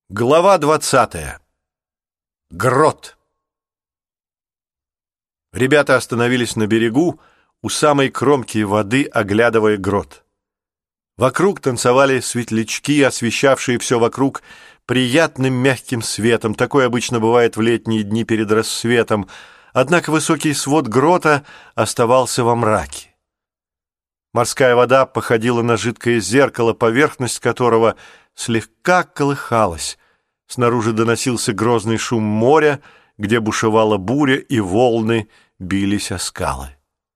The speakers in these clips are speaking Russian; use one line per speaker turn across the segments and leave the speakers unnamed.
Глава 20. Грот. Ребята остановились на берегу, у самой кромки воды, оглядывая грот. Вокруг танцевали светлячки, освещавшие все вокруг приятным мягким светом. Такое обычно бывает в летние дни перед рассветом, однако высокий свод грота оставался во мраке. Морская вода походила на жидкое зеркало, поверхность которого слегка колыхалась. Снаружи доносился грозный шум моря, где бушевала буря, и волны бились о скалы.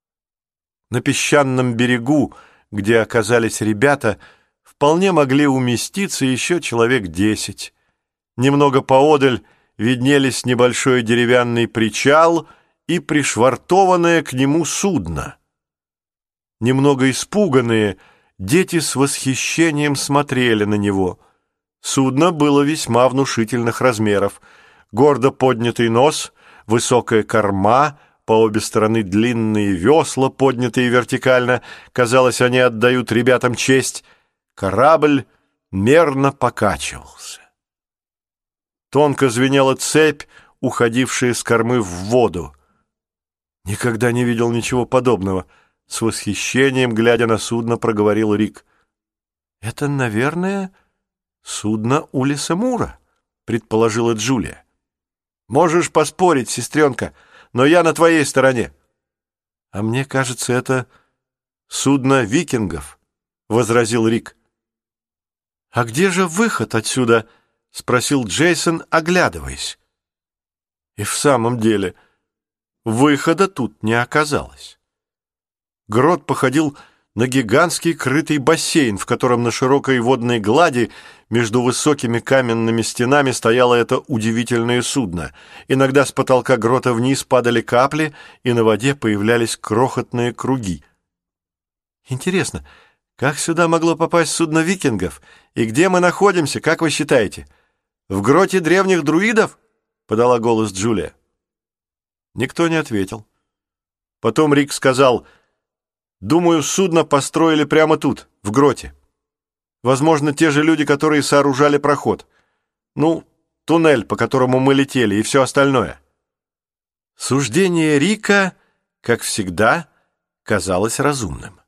На песчаном берегу, где оказались ребята, вполне могли уместиться еще человек 10. Немного поодаль виднелись небольшой деревянный причал и пришвартованное к нему судно. Немного испуганные, дети с восхищением смотрели на него. Судно было весьма внушительных размеров. Гордо поднятый нос, высокая корма, по обе стороны длинные весла, поднятые вертикально. Казалось, они отдают ребятам честь. Корабль мерно покачивался. Тонко звенела цепь, уходившая с кормы в воду. «Никогда не видел ничего подобного», — с восхищением, глядя на судно, проговорил Рик. «Это, наверное, судно Улиса Мура», — предположила Джулия. «Можешь поспорить, сестренка, но я на твоей стороне». «А мне кажется, это судно викингов», — возразил Рик. «А где же выход отсюда?» — спросил Джейсон, оглядываясь. И в самом деле выхода тут не оказалось. Грот походил на гигантский крытый бассейн, в котором на широкой водной глади между высокими каменными стенами стояло это удивительное судно. Иногда с потолка грота вниз падали капли, и на воде появлялись крохотные круги. «Интересно, как сюда могло попасть судно викингов? И где мы находимся, как вы считаете? В гроте древних друидов?» — подала голос Джулия. Никто не ответил. Потом Рик сказал: «Думаю, судно построили прямо тут, в гроте. Возможно, те же люди, которые сооружали проход. Ну, туннель, по которому мы летели, и все остальное». Суждение Рика, как всегда, казалось разумным.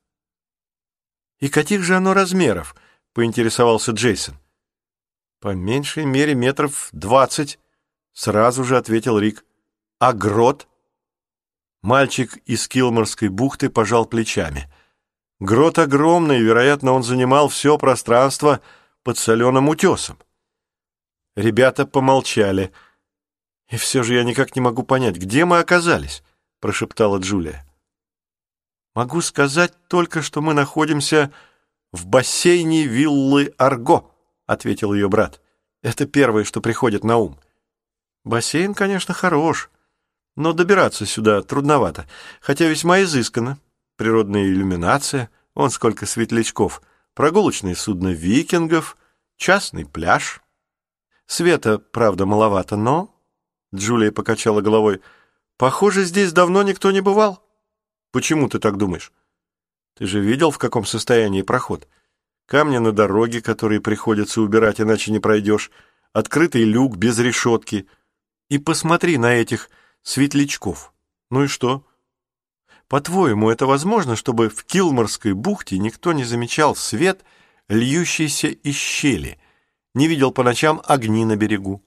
«И каких же оно размеров?» — поинтересовался Джейсон. «По меньшей мере 20 метров», — сразу же ответил Рик. «А грот?» Мальчик из Килморской бухты пожал плечами. Грот огромный, вероятно, он занимал все пространство под соленым утесом. Ребята помолчали. «И все же я никак не могу понять, где мы оказались?» — прошептала Джулия. «Могу сказать только, что мы находимся в бассейне виллы Арго», — ответил ее брат. «Это первое, что приходит на ум. Бассейн, конечно, хорош, но добираться сюда трудновато, хотя весьма изысканно. Природная иллюминация, вон сколько светлячков, прогулочное судно викингов, частный пляж. Света, правда, маловато, но...» Джулия покачала головой. «Похоже, здесь давно никто не бывал». «Почему ты так думаешь? Ты же видел, в каком состоянии проход? Камни на дороге, которые приходится убирать, иначе не пройдешь, открытый люк без решетки. И посмотри на этих светлячков. Ну и что? По-твоему, это возможно, чтобы в Килморской бухте никто не замечал свет, льющийся из щели, не видел по ночам огни на берегу?»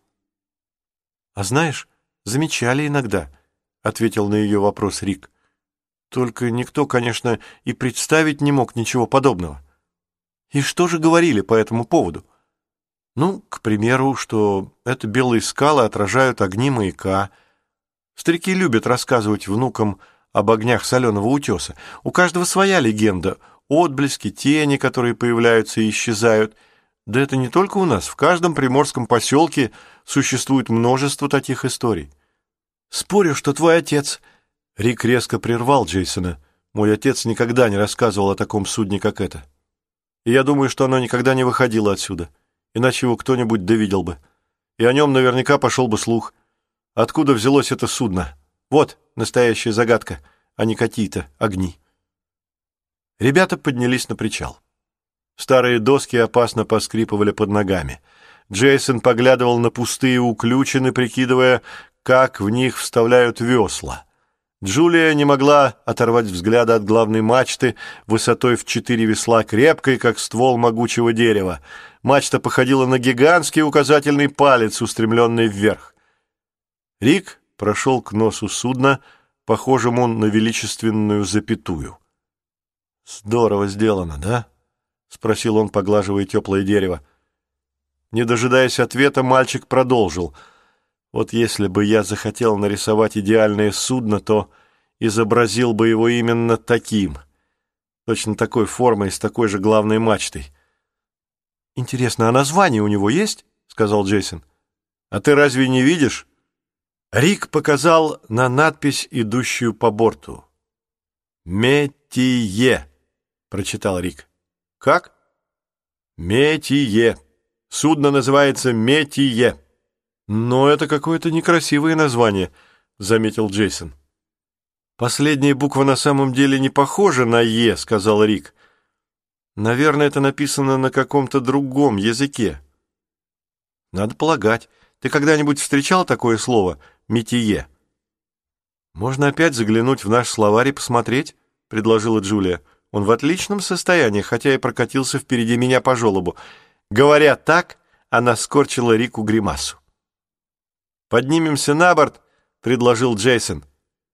«А знаешь, замечали иногда», — ответил на ее вопрос Рик. «Только никто, конечно, и представить не мог ничего подобного». «И что же говорили по этому поводу?» «Ну, к примеру, что это белые скалы отражают огни маяка. Старики любят рассказывать внукам об огнях соленого утеса. У каждого своя легенда, отблески, тени, которые появляются и исчезают. Да это не только у нас, в каждом приморском поселке существует множество таких историй. Спорю, что твой отец...» Рик резко прервал Джейсона. «Мой отец никогда не рассказывал о таком судне, как это. И я думаю, что оно никогда не выходило отсюда, иначе его кто-нибудь довидел бы. И о нем наверняка пошел бы слух. Откуда взялось это судно? Вот настоящая загадка, а не какие-то огни». Ребята поднялись на причал. Старые доски опасно поскрипывали под ногами. Джейсон поглядывал на пустые уключины, прикидывая, как в них вставляют весла. Джулия не могла оторвать взгляда от главной мачты, высотой в 4 весла, крепкой, как ствол могучего дерева. Мачта походила на гигантский указательный палец, устремленный вверх. Рик прошел к носу судна, похожему на величественную запятую. «Здорово сделано, да?» — спросил он, поглаживая теплое дерево. Не дожидаясь ответа, мальчик продолжил. «Вот если бы я захотел нарисовать идеальное судно, то изобразил бы его именно таким, точно такой формой, с такой же главной мачтой». «Интересно, а название у него есть?» — сказал Джейсон. «А ты разве не видишь?» Рик показал на надпись, идущую по борту. «Метие», — прочитал Рик. «Как?» «Метие. Судно называется Метие». «Но это какое-то некрасивое название», — заметил Джейсон. «Последняя буква на самом деле не похожа на «е», — сказал Рик. «Наверное, это написано на каком-то другом языке». «Надо полагать. Ты когда-нибудь встречал такое слово «метие»?» «Можно опять заглянуть в наш словарь и посмотреть», — предложила Джулия. «Он в отличном состоянии, хотя и прокатился впереди меня по желобу». Говоря так, она скорчила Рику гримасу. «Поднимемся на борт», — предложил Джейсон.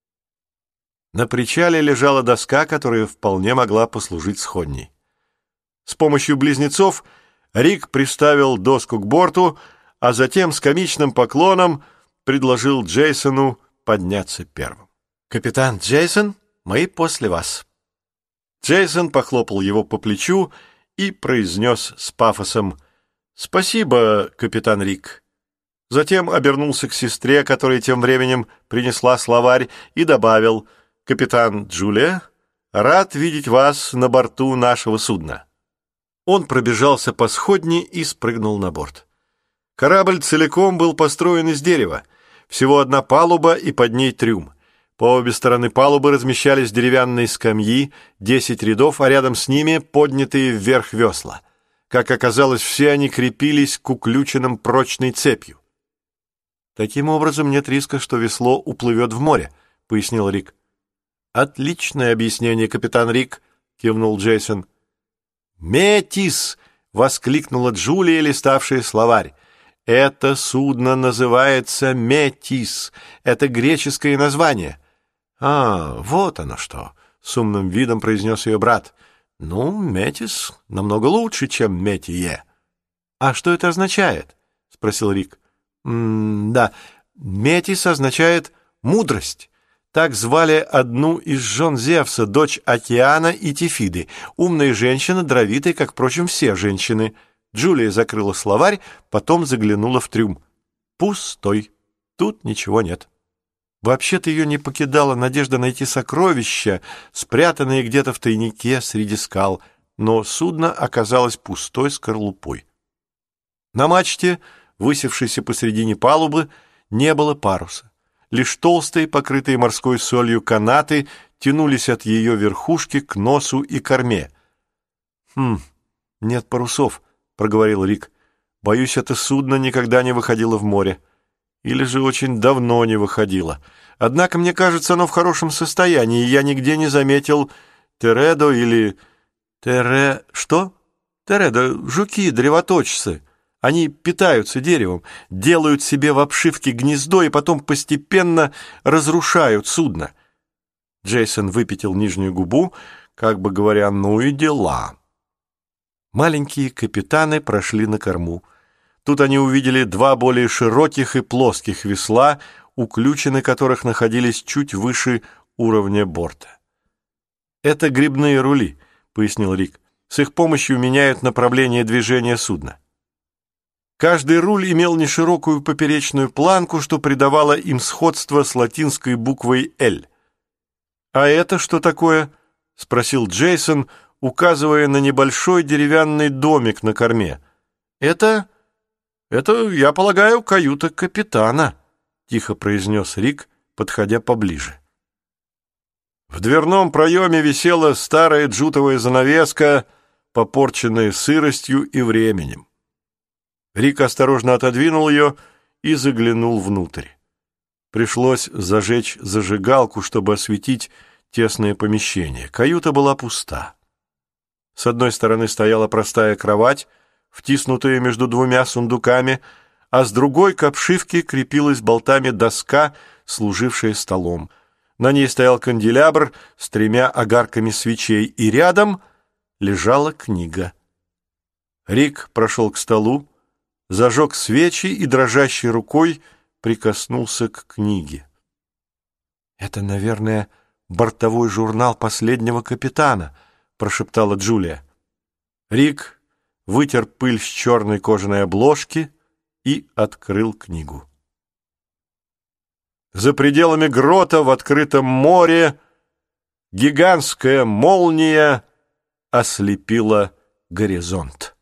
На причале лежала доска, которая вполне могла послужить сходней. С помощью близнецов Рик приставил доску к борту, а затем с комичным поклоном предложил Джейсону подняться первым. «Капитан Джейсон, мы после вас». Джейсон похлопал его по плечу и произнес с пафосом: «Спасибо, капитан Рик». Затем обернулся к сестре, которая тем временем принесла словарь, и добавил: «Капитан Джулия, рад видеть вас на борту нашего судна». Он пробежался по сходни и спрыгнул на борт. Корабль целиком был построен из дерева. Всего одна палуба и под ней трюм. По обе стороны палубы размещались деревянные скамьи, 10 рядов, а рядом с ними поднятые вверх весла. Как оказалось, все они крепились к уключенным прочной цепью. «Таким образом, нет риска, что весло уплывет в море», — пояснил Рик. «Отличное объяснение, капитан Рик», — кивнул Джейсон. «Метис!» — воскликнула Джулия, листавшая словарь. «Это судно называется Метис. Это греческое название». «А, вот оно что!» — с умным видом произнес ее брат. «Ну, Метис намного лучше, чем Метие». «А что это означает?» — спросил Рик. «Да, Метис означает «мудрость». Так звали одну из жен Зевса, дочь Океана и Тифиды. Умная женщина, даровитая, как, впрочем, все женщины». Джулия закрыла словарь, потом заглянула в трюм. Пустой. Тут ничего нет. Вообще-то ее не покидала надежда найти сокровища, спрятанные где-то в тайнике среди скал, но судно оказалось пустой скорлупой. На мачте, высевшейся посредине палубы, не было паруса. Лишь толстые, покрытые морской солью канаты тянулись от ее верхушки к носу и корме. «Нет парусов», — проговорил Рик. «Боюсь, это судно никогда не выходило в море. Или же очень давно не выходило. Однако, мне кажется, оно в хорошем состоянии, и я нигде не заметил тередо или... Что? Тередо — жуки, древоточцы. Они питаются деревом, делают себе в обшивке гнездо и потом постепенно разрушают судно». Джейсон выпятил нижнюю губу, как бы говоря, «ну и дела». Маленькие капитаны прошли на корму. Тут они увидели 2 более широких и плоских весла, уключины которых находились чуть выше уровня борта. «Это грибные рули», — пояснил Рик. «С их помощью меняют направление движения судна». Каждый руль имел неширокую поперечную планку, что придавало им сходство с латинской буквой «Л». «А это что такое?» — спросил Джейсон, указывая на небольшой деревянный домик на корме. «Это, я полагаю, каюта капитана», — тихо произнес Рик, подходя поближе. В дверном проеме висела старая джутовая занавеска, попорченная сыростью и временем. Рик осторожно отодвинул ее и заглянул внутрь. Пришлось зажечь зажигалку, чтобы осветить тесное помещение. Каюта была пуста. С одной стороны стояла простая кровать, втиснутая между двумя сундуками, а с другой к обшивке крепилась болтами доска, служившая столом. На ней стоял канделябр с 3 огарками свечей, и рядом лежала книга. Рик прошел к столу, зажег свечи и дрожащей рукой прикоснулся к книге. «Это, наверное, бортовой журнал последнего капитана», — прошептала Джулия. Рик вытер пыль с черной кожаной обложки и открыл книгу. За пределами грота в открытом море гигантская молния ослепила горизонт.